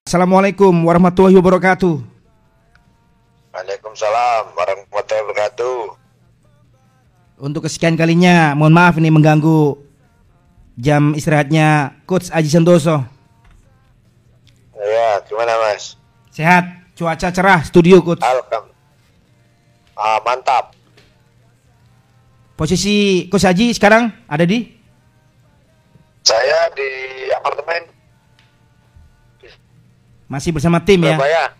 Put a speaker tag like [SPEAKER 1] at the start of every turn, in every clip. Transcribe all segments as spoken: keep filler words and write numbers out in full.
[SPEAKER 1] Assalamualaikum warahmatullahi wabarakatuh.
[SPEAKER 2] Waalaikumsalam warahmatullahi wabarakatuh.
[SPEAKER 1] Untuk kesekian kalinya, mohon maaf ini mengganggu jam istirahatnya Coach Aji Santoso.
[SPEAKER 2] Ya, gimana Mas?
[SPEAKER 1] Sehat, cuaca cerah, studio Coach.
[SPEAKER 2] Alhamdulillah. Ah, mantap.
[SPEAKER 1] Posisi Coach Aji sekarang ada di?
[SPEAKER 2] Saya di apartemen.
[SPEAKER 1] Masih bersama tim ya?
[SPEAKER 2] Surabaya.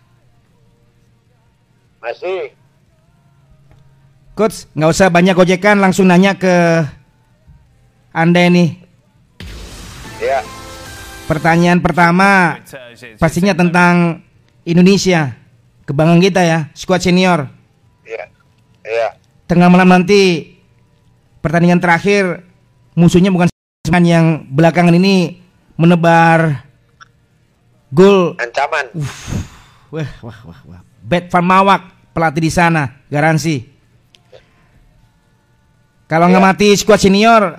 [SPEAKER 2] Masih.
[SPEAKER 1] Coach, nggak usah banyak gojekan, langsung nanya ke Anda ini.
[SPEAKER 2] Ya.
[SPEAKER 1] Pertanyaan pertama pastinya tentang Indonesia, kebanggaan kita ya, skuad senior.
[SPEAKER 2] Iya. Iya.
[SPEAKER 1] Tengah malam nanti pertandingan terakhir, musuhnya bukan yang belakangan ini menebar gol.
[SPEAKER 2] Ancaman.
[SPEAKER 1] Uh, wah, wah, wah, wah. Bet Van Mawak pelatih di sana, garansi. Kalau
[SPEAKER 2] Ya.
[SPEAKER 1] nggak mati skuad senior,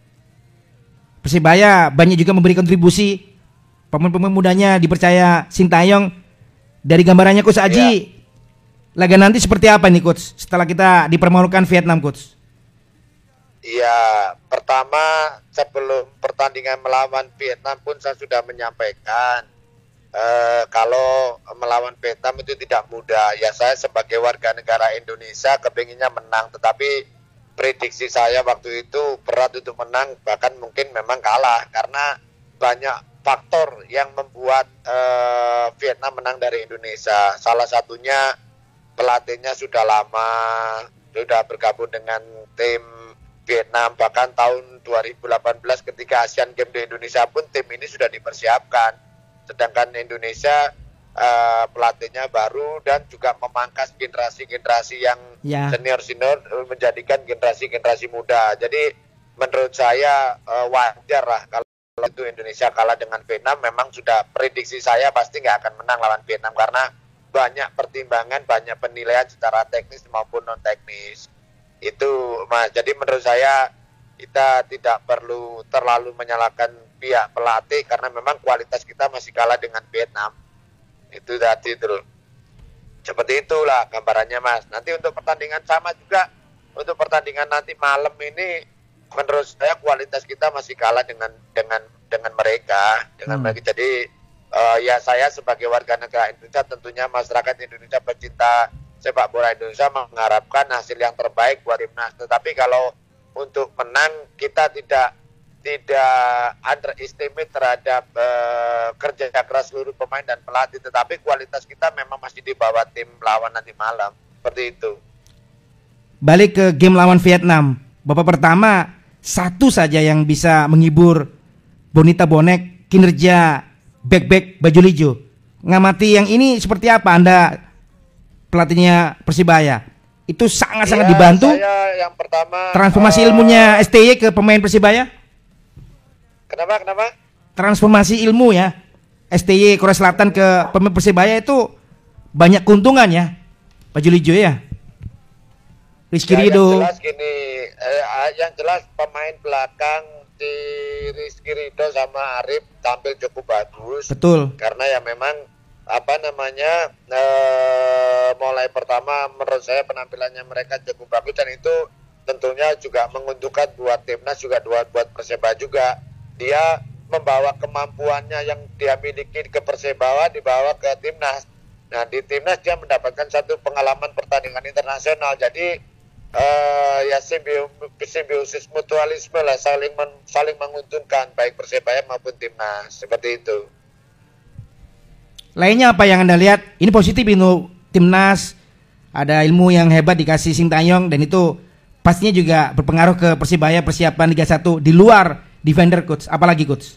[SPEAKER 1] Persibaya banyak juga memberi kontribusi. Pemain-pemain mudanya dipercaya Sintayong. Dari gambarannya Coach Aji,
[SPEAKER 2] Ya.
[SPEAKER 1] laga nanti seperti apa nih Coach? Setelah kita dipermalukan Vietnam Coach.
[SPEAKER 2] Iya, pertama sebelum pertandingan melawan Vietnam pun saya sudah menyampaikan eh, kalau melawan Vietnam itu tidak mudah. Ya saya sebagai warga negara Indonesia kepinginnya menang, tetapi prediksi saya waktu itu berat untuk menang, bahkan mungkin memang kalah karena banyak faktor yang membuat eh, Vietnam menang dari Indonesia. Salah satunya pelatihnya sudah lama, sudah bergabung dengan tim Vietnam, bahkan tahun dua ribu delapan belas ketika Asian Games di Indonesia pun tim ini sudah dipersiapkan. Sedangkan Indonesia uh, pelatihnya baru dan juga memangkas generasi-generasi yang
[SPEAKER 1] Ya.
[SPEAKER 2] senior-senior menjadikan generasi-generasi muda. Jadi menurut saya uh, wajar lah kalau itu Indonesia kalah dengan Vietnam. Memang sudah prediksi saya pasti nggak akan menang lawan Vietnam karena banyak pertimbangan, banyak penilaian secara teknis maupun non teknis. Itu Mas, jadi menurut saya kita tidak perlu terlalu menyalahkan pihak pelatih karena memang kualitas kita masih kalah dengan Vietnam. Itu tadi itu. Seperti itulah gambarannya Mas. Nanti untuk pertandingan sama juga, untuk pertandingan nanti malam ini menurut saya kualitas kita masih kalah dengan dengan dengan mereka, dengan hmm. mereka. Jadi uh, ya saya sebagai warga negara Indonesia, tentunya masyarakat Indonesia pecinta sepak bola Indonesia mengharapkan hasil yang terbaik buat timnas. Tetapi kalau untuk menang kita tidak tidak underestimate terhadap uh, kerja keras seluruh pemain dan pelatih, tetapi kualitas kita memang masih di bawah tim lawan nanti malam. Seperti itu.
[SPEAKER 1] Balik ke game lawan Vietnam, babak pertama satu saja yang bisa menghibur Bonita Bonek, kinerja back-back baju hijau. Ngamati yang ini seperti apa Anda, pelatihnya Persibaya? Itu sangat-sangat
[SPEAKER 2] ya,
[SPEAKER 1] dibantu.
[SPEAKER 2] Saya yang pertama
[SPEAKER 1] transformasi
[SPEAKER 2] uh,
[SPEAKER 1] ilmunya S T Y ke pemain Persibaya.
[SPEAKER 2] Kenapa? Kenapa?
[SPEAKER 1] Transformasi ilmu ya S T Y Korea Selatan ke pemain Persibaya itu banyak keuntungan ya, baju hijau ya. Rizky
[SPEAKER 2] ya,
[SPEAKER 1] Ridho.
[SPEAKER 2] Yang jelas gini, eh, yang jelas pemain belakang di Rizky Ridho sama Arif tampil cukup bagus.
[SPEAKER 1] Betul.
[SPEAKER 2] Karena ya memang apa namanya eh, mulai pertama menurut saya penampilannya mereka cukup bagus dan itu tentunya juga menguntungkan buat timnas juga buat buat Persebaya juga. Dia membawa kemampuannya yang dia miliki ke Persebaya dibawa ke timnas. Nah di timnas dia mendapatkan satu pengalaman pertandingan internasional. Jadi uh, ya simbio, simbiosis mutualisme lah, saling men, saling menguntungkan baik Persebaya maupun timnas, seperti itu.
[SPEAKER 1] Lainnya apa yang Anda lihat? Ini positif itu timnas, ada ilmu yang hebat dikasih Sintayong dan itu pastinya juga berpengaruh ke Persibaya persiapan Liga satu di luar defender coach, apalagi coach?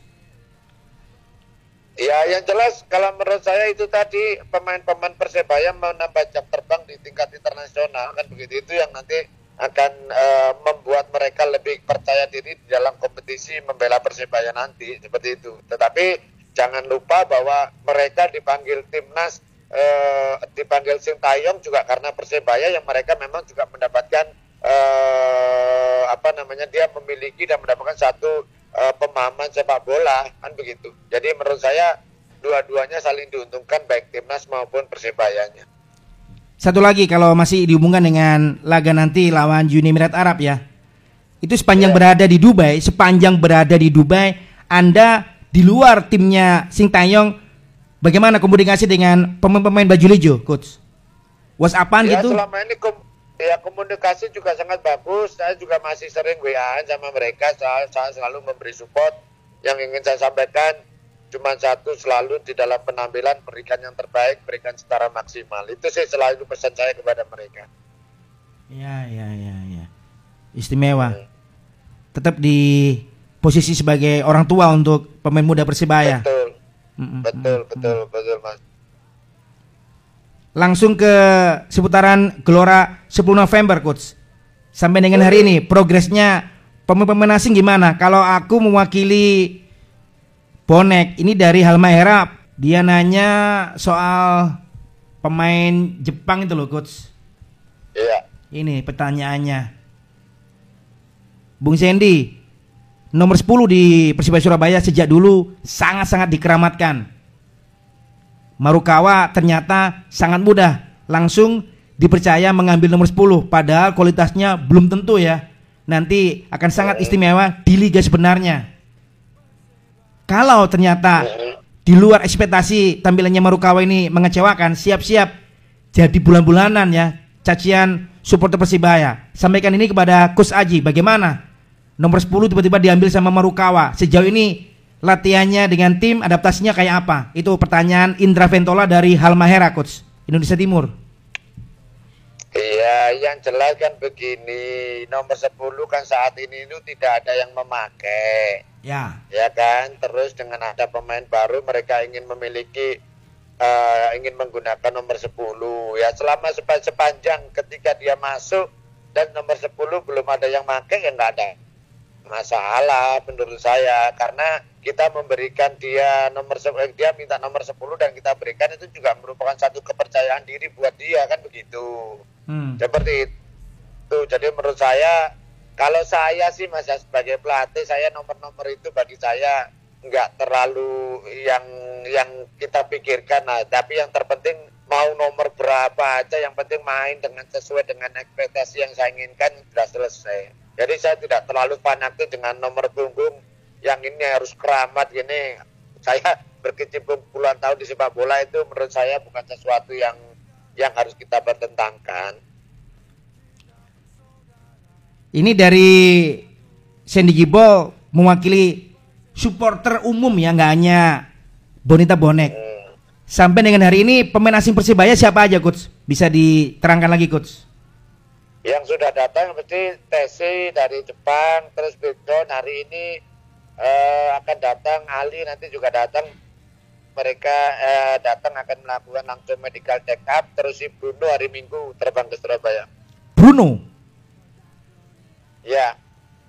[SPEAKER 2] Ya yang jelas kalau menurut saya itu tadi pemain-pemain Persebaya menambah jam terbang di tingkat internasional kan begitu, itu yang nanti akan uh, membuat mereka lebih percaya diri di dalam kompetisi membela Persebaya nanti, seperti itu. Tetapi jangan lupa bahwa mereka dipanggil timnas, uh, dipanggil Sintayong juga karena Persebaya yang mereka memang juga mendapatkan uh, apa namanya dia memiliki dan mendapatkan satu uh, pemahaman sepak bola kan begitu. Jadi menurut saya dua-duanya saling diuntungkan baik timnas maupun Persebayanya.
[SPEAKER 1] Satu lagi kalau masih dihubungkan dengan laga nanti lawan Uni Emirat Arab ya. Itu sepanjang yeah. berada di Dubai, sepanjang berada di Dubai, Anda di luar timnya Sintayong, bagaimana komunikasi dengan pemain-pemain baju hijau, coach? WhatsApp-an
[SPEAKER 2] ya,
[SPEAKER 1] gitu?
[SPEAKER 2] Selama ini kom ya komunikasi juga sangat bagus. Saya juga masih sering W A-an sama mereka. Saya, saya selalu memberi support. Yang ingin saya sampaikan cuma satu, selalu di dalam penampilan berikan yang terbaik, berikan secara maksimal. Itu sih selalu pesan saya kepada mereka.
[SPEAKER 1] Ya, ya, ya, ya. Istimewa. Hmm. Tetap di posisi sebagai orang tua untuk pemain muda Persibaya.
[SPEAKER 2] Betul.
[SPEAKER 1] Mm-mm.
[SPEAKER 2] Betul,
[SPEAKER 1] Mm-mm.
[SPEAKER 2] betul, betul, Mas.
[SPEAKER 1] Langsung ke seputaran Gelora sepuluh November, coach. Sampai dengan hari ini progresnya pemain-pemain asing gimana? Kalau aku mewakili Bonek, ini dari Halmahera, dia nanya soal pemain Jepang itu loh, coach.
[SPEAKER 2] Iya.
[SPEAKER 1] Ini pertanyaannya. Bung Sandy, nomor sepuluh di Persibaya Surabaya sejak dulu sangat-sangat dikeramatkan. Marukawa ternyata sangat mudah langsung dipercaya mengambil nomor sepuluh, padahal kualitasnya belum tentu ya. Nanti akan sangat istimewa di liga sebenarnya. Kalau ternyata di luar ekspektasi tampilannya Marukawa ini mengecewakan, siap-siap jadi bulan-bulanan ya cacian supporter Persibaya. Sampaikan ini kepada Coach Aji, bagaimana nomor sepuluh tiba-tiba diambil sama Marukawa. Sejauh ini latihannya dengan tim, adaptasinya kayak apa? Itu pertanyaan Indra Ventola dari Halmahera, Coach, Indonesia Timur.
[SPEAKER 2] Iya, yang jelas kan begini, nomor sepuluh kan saat ini itu tidak ada yang memakai.
[SPEAKER 1] Ya.
[SPEAKER 2] Ya kan, terus dengan ada pemain baru mereka ingin memiliki uh, ingin menggunakan nomor sepuluh. Ya selama sepa sepanjang ketika dia masuk dan nomor sepuluh belum ada yang pakai, ya nggak ada masalah menurut saya, karena kita memberikan dia nomor sepuluh, dia minta nomor sepuluh dan kita berikan, itu juga merupakan satu kepercayaan diri buat dia kan begitu. Hmm. Seperti itu. Jadi menurut saya, kalau saya sih Mas sebagai pelatih, saya nomor-nomor itu bagi saya nggak terlalu yang yang kita pikirkan. Nah, tapi yang terpenting mau nomor berapa aja, yang penting main dengan sesuai dengan ekspektasi yang saya inginkan, sudah selesai. Jadi saya tidak terlalu fanatik dengan nomor punggung yang ini harus keramat gini. Saya berkecimpung puluhan tahun di sepak bola, itu menurut saya bukan sesuatu yang yang harus kita pertentangkan.
[SPEAKER 1] Ini dari Sandy Gibol mewakili supporter umum ya, nggak hanya Bonita Bonek. Hmm. Sampai dengan hari ini pemain asing Persibaya siapa aja, Coach? Bisa diterangkan lagi, Coach?
[SPEAKER 2] Yang sudah datang seperti Tesi dari Jepang, terus Bigdon hari ini uh, akan datang, Ali nanti juga datang. Mereka uh, datang akan melakukan langsung medical check up, terus si Bruno hari Minggu terbang ke Surabaya.
[SPEAKER 1] Bruno?
[SPEAKER 2] Ya.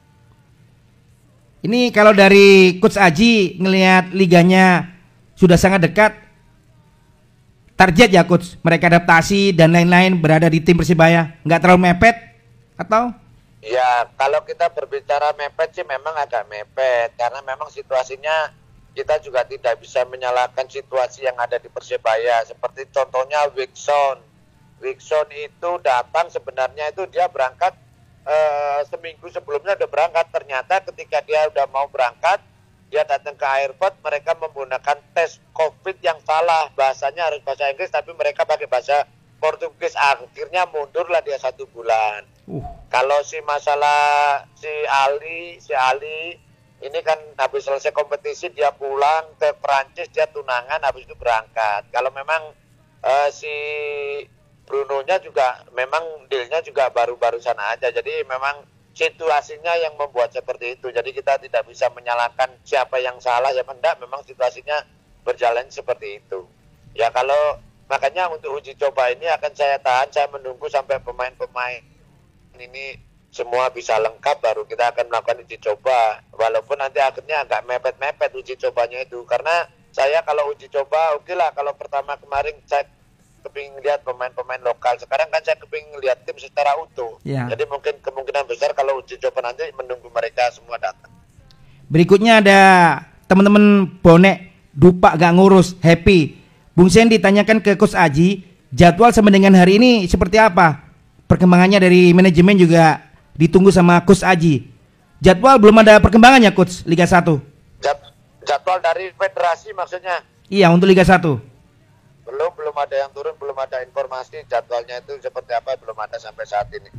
[SPEAKER 1] Ini kalau dari Coach Aji ngelihat liganya sudah sangat dekat, target ya Coach, mereka adaptasi dan lain-lain berada di tim Persibaya, nggak terlalu mepet atau?
[SPEAKER 2] Ya, kalau kita berbicara mepet sih memang agak mepet, karena memang situasinya kita juga tidak bisa menyalahkan situasi yang ada di Persibaya. Seperti contohnya Wikson, Wikson itu datang sebenarnya itu dia berangkat eh, seminggu sebelumnya udah berangkat, ternyata ketika dia udah mau berangkat, dia datang ke airport, mereka menggunakan tes COVID yang salah, bahasanya harus bahasa Inggris tapi mereka pakai bahasa Portugis, akhirnya mundurlah dia satu bulan. Uh. Kalau si masalah si Ali, si Ali ini kan habis selesai kompetisi dia pulang ke Perancis, dia tunangan, habis itu berangkat. Kalau memang uh, si Bruno-nya juga memang dealnya juga baru-baru sana aja, jadi memang situasinya yang membuat seperti itu. Jadi kita tidak bisa menyalahkan siapa yang salah, ya enggak, memang situasinya berjalan seperti itu. Ya kalau makanya untuk uji coba ini akan saya tahan, saya menunggu sampai pemain-pemain ini semua bisa lengkap baru kita akan melakukan uji coba. Walaupun nanti akhirnya agak mepet-mepet uji cobanya itu, karena saya kalau uji coba oke lah, kalau pertama kemarin saya kepingin lihat pemain-pemain lokal, sekarang kan saya kepingin lihat tim secara utuh ya. Jadi mungkin kemungkinan besar kalau uji coba nanti menunggu mereka semua datang.
[SPEAKER 1] Berikutnya ada teman-teman bonek Dupa gak ngurus, happy. Bung Sen ditanyakan ke Coach Aji, jadwal sampai dengan hari ini seperti apa? Perkembangannya dari manajemen juga ditunggu sama Coach Aji. Jadwal belum ada perkembangannya Coach Liga satu.
[SPEAKER 2] Jad, jadwal dari federasi maksudnya?
[SPEAKER 1] Iya, untuk Liga satu.
[SPEAKER 2] Belum, belum ada yang turun, belum ada informasi jadwalnya itu seperti apa, belum ada sampai saat ini.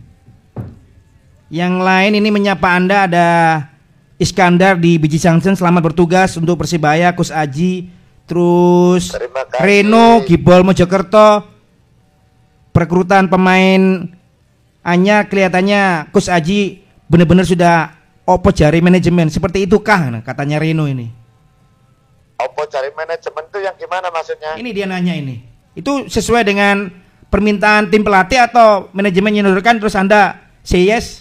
[SPEAKER 1] Yang lain ini menyapa Anda ada Iskandar di Biji Sangsen, selamat bertugas untuk Persibaya, Coach Aji. Terus Reno, Gibol Mojokerto, perekrutan pemain hanya kelihatannya Coach Aji benar-benar sudah opo jari manajemen, seperti itukah nah, katanya Reno ini.
[SPEAKER 2] Opo jari manajemen itu yang gimana maksudnya?
[SPEAKER 1] Ini dia nanya ini. Itu sesuai dengan permintaan tim pelatih atau manajemen yang menurunkan terus Anda say yes?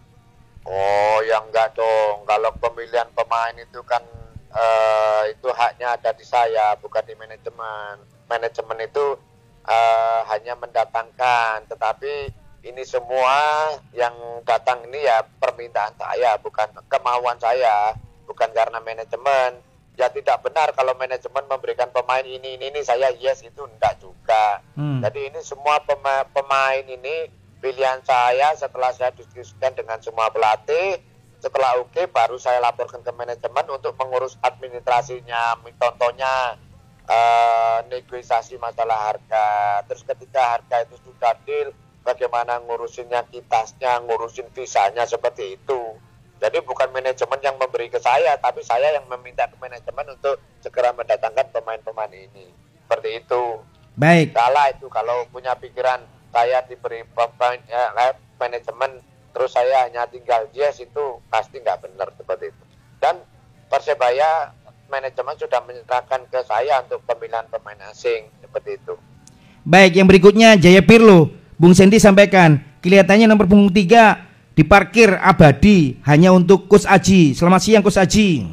[SPEAKER 2] Oh, yang enggak dong. Kalau pemilihan pemain itu kan uh, itu haknya ada di saya, bukan di manajemen. Manajemen itu uh, hanya mendatangkan, tetapi ini semua yang datang ini ya permintaan saya, bukan kemauan saya, bukan karena manajemen. Ya tidak benar kalau manajemen memberikan pemain ini ini, ini saya yes, itu enggak juga. Hmm. Jadi ini semua pema pemain ini pilihan saya setelah saya diskusikan dengan semua pelatih. Setelah oke okay, baru saya laporkan ke manajemen untuk mengurus administrasinya, contohnya uh, negosiasi masalah harga. Terus ketika harga itu sudah deal, bagaimana ngurusinnya, kitasnya, ngurusin visanya, seperti itu. Jadi bukan manajemen yang memberi ke saya, tapi saya yang meminta ke manajemen untuk segera mendatangkan pemain-pemain ini. Seperti itu.
[SPEAKER 1] Baik.
[SPEAKER 2] Salah itu kalau punya pikiran saya diberi pemain eh, manajemen terus saya hanya tinggal yes, itu pasti nggak benar seperti itu. Dan Persebaya manajemen sudah menyerahkan ke saya untuk pemilihan pemain asing seperti itu.
[SPEAKER 1] Baik, yang berikutnya Jaya Pirlo. Bung Sendi sampaikan kelihatannya nomor punggung tiga diparkir abadi hanya untuk Coach Aji. Selamat siang Coach Aji.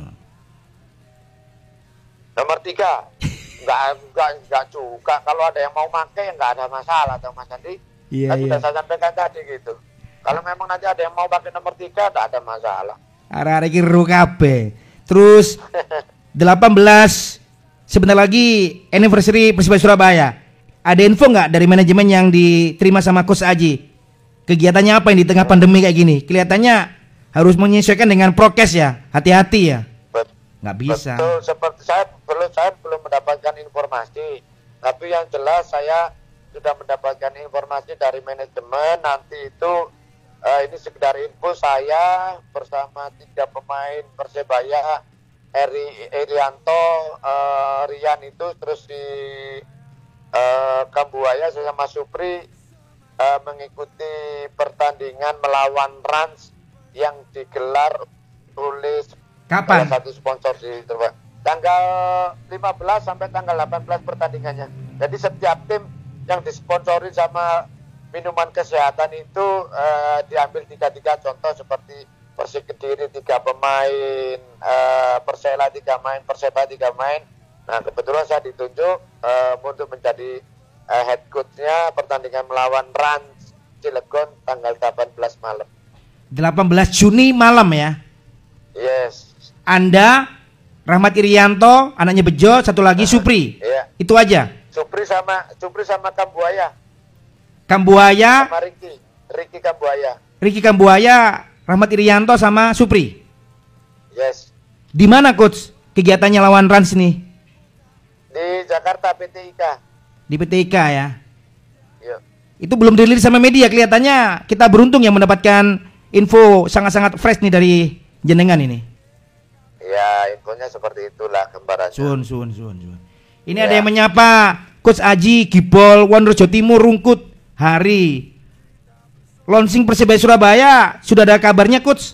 [SPEAKER 2] Nomor tiga nggak nggak nggak juga, kalau ada yang mau pakai nggak ada masalah atau Mas Andi. Iya, kan iya. Sudah saya sampaikan tadi gitu. Kalau memang nanti ada yang mau pakai nomor tiga nggak ada masalah. Arek-arek iki ru kabeh.
[SPEAKER 1] Terus delapan belas sebentar lagi anniversary Persibaya Surabaya. Ada info nggak dari manajemen yang diterima sama Coach Aji? Kegiatannya apa yang di tengah pandemi kayak gini? Kelihatannya harus menyesuaikan dengan prokes ya, hati-hati ya. Nggak bisa.
[SPEAKER 2] Betul, seperti saya belum saya belum mendapatkan informasi, tapi yang jelas saya sudah mendapatkan informasi dari manajemen. Nanti itu uh, ini sekedar info, saya bersama tiga pemain Persebaya, Eri Erianto, uh, Rian itu, terus di uh, Kambuaya saya sama Supri Uh, mengikuti pertandingan melawan Rans yang digelar oleh
[SPEAKER 1] kapan?
[SPEAKER 2] Salah satu sponsor di tanggal lima belas sampai tanggal delapan belas pertandingannya. Jadi setiap tim yang disponsori sama minuman kesehatan itu uh, diambil tiga-tiga contoh, seperti Persik Kediri tiga pemain, uh, Persela tiga main, Perseba tiga main. Nah kebetulan saya ditunjuk uh, untuk menjadi Uh, head coach-nya pertandingan melawan Rans Cilegon tanggal delapan belas malam.
[SPEAKER 1] delapan belas Juni malam ya?
[SPEAKER 2] Yes.
[SPEAKER 1] Anda, Rahmat Irianto, anaknya Bejo, satu lagi uh, Supri.
[SPEAKER 2] Iya.
[SPEAKER 1] Itu aja.
[SPEAKER 2] Supri sama Supri sama Kambuaya.
[SPEAKER 1] Kambuaya.
[SPEAKER 2] Sama Ricky, Ricky Kambuaya.
[SPEAKER 1] Ricky Kambuaya, Rahmat Irianto sama Supri.
[SPEAKER 2] Yes.
[SPEAKER 1] Di mana coach kegiatannya lawan Rans nih?
[SPEAKER 2] Di Jakarta P T I K.
[SPEAKER 1] Di P T I K ya.
[SPEAKER 2] Iya.
[SPEAKER 1] Itu belum dirilis sama media, kelihatannya kita beruntung yang mendapatkan info sangat-sangat fresh nih dari jenengan ini.
[SPEAKER 2] Ya, infonya seperti itulah gambarannya.
[SPEAKER 1] Sun, sun, sun, sun. Ini ya. Ada yang menyapa Coach Aji, Gibol, Wonrojo Timur, Rungkut, Hari. Launching Persibaya Surabaya, sudah ada kabarnya Coach?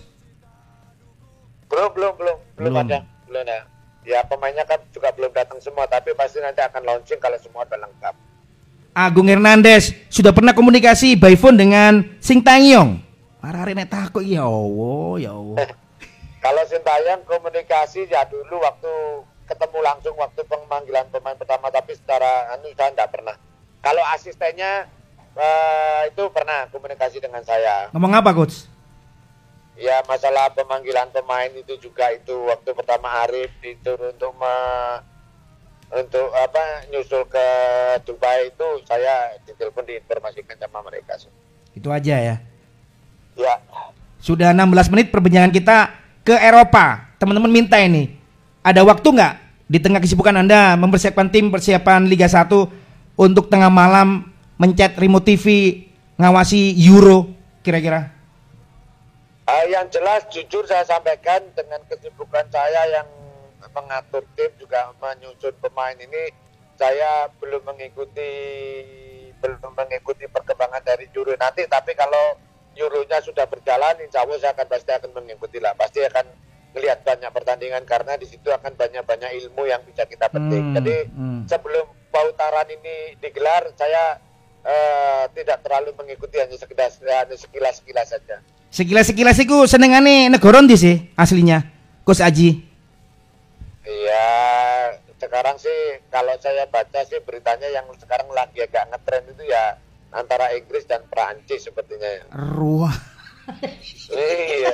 [SPEAKER 2] Belum, belum, belum, belum, belum ada, belum ada. Ya pemainnya kan juga belum datang semua, tapi pasti nanti akan launching kalau semua sudah lengkap.
[SPEAKER 1] Agung Hernandez sudah pernah komunikasi by phone dengan Sing Taeyong. Arek nek takut ya Allah, ya Allah.
[SPEAKER 2] Kalau Sing Taeyong komunikasi ya dulu waktu ketemu langsung waktu pemanggilan pemain pertama, tapi secara anu saya enggak pernah. Kalau asistennya uh, itu pernah komunikasi dengan saya.
[SPEAKER 1] Ngomong apa coach?
[SPEAKER 2] Ya masalah pemanggilan pemain itu juga, itu waktu pertama Arif disuruh untuk me, untuk apa nyusul ke Dubai itu saya ditelepon diinformasikan sama mereka.
[SPEAKER 1] Itu aja ya.
[SPEAKER 2] Ya.
[SPEAKER 1] Sudah enam belas menit perbincangan kita ke Eropa. Teman-teman minta ini. Ada waktu nggak di tengah kesibukan Anda mempersiapkan tim persiapan Liga satu untuk tengah malam mencet remote T V ngawasi Euro kira-kira?
[SPEAKER 2] Uh, yang jelas jujur saya sampaikan dengan kesibukan saya yang mengatur tim juga menyusun pemain ini, saya belum mengikuti belum mengikuti perkembangan dari Euro nanti, tapi kalau Euronya sudah berjalan, insya Allah saya akan pasti akan mengikuti lah, pasti akan melihat banyak pertandingan karena di situ akan banyak-banyak ilmu yang bisa kita petik. Hmm, Jadi hmm. sebelum pautaran ini digelar, saya uh, tidak terlalu mengikuti, hanya sekedar hanya sekilas-sekilas saja.
[SPEAKER 1] Sekilas-sekilas itu senengane negara ndi sih aslinya, Coach Aji?
[SPEAKER 2] Iya, sekarang sih kalau saya baca sih beritanya yang sekarang lagi agak ngetren itu ya antara Inggris dan Perancis sepertinya ya.
[SPEAKER 1] Ruah.
[SPEAKER 2] Iya.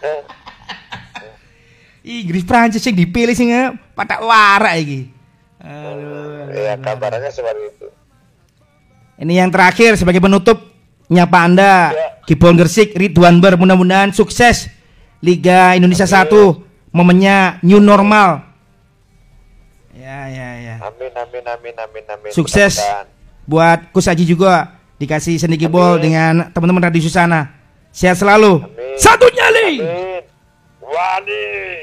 [SPEAKER 1] Inggris Prancis yang dipilih sih nggak patak warak iki. Aduh.
[SPEAKER 2] Iya, kabarnya seperti itu.
[SPEAKER 1] Ini yang terakhir sebagai penutup nyapa Anda, ya. Gibon Gersik, Ridwan Ber, mudah-mudahan sukses Liga Indonesia Amin. satu, momennya new normal. Ya ya ya.
[SPEAKER 2] Amin amin amin amin amin.
[SPEAKER 1] Sukses buat Coach Aji juga, dikasih seni gibol dengan teman-teman Radio Susana. Sehat selalu. Amin. Satu nyali.
[SPEAKER 2] Amin. Wani.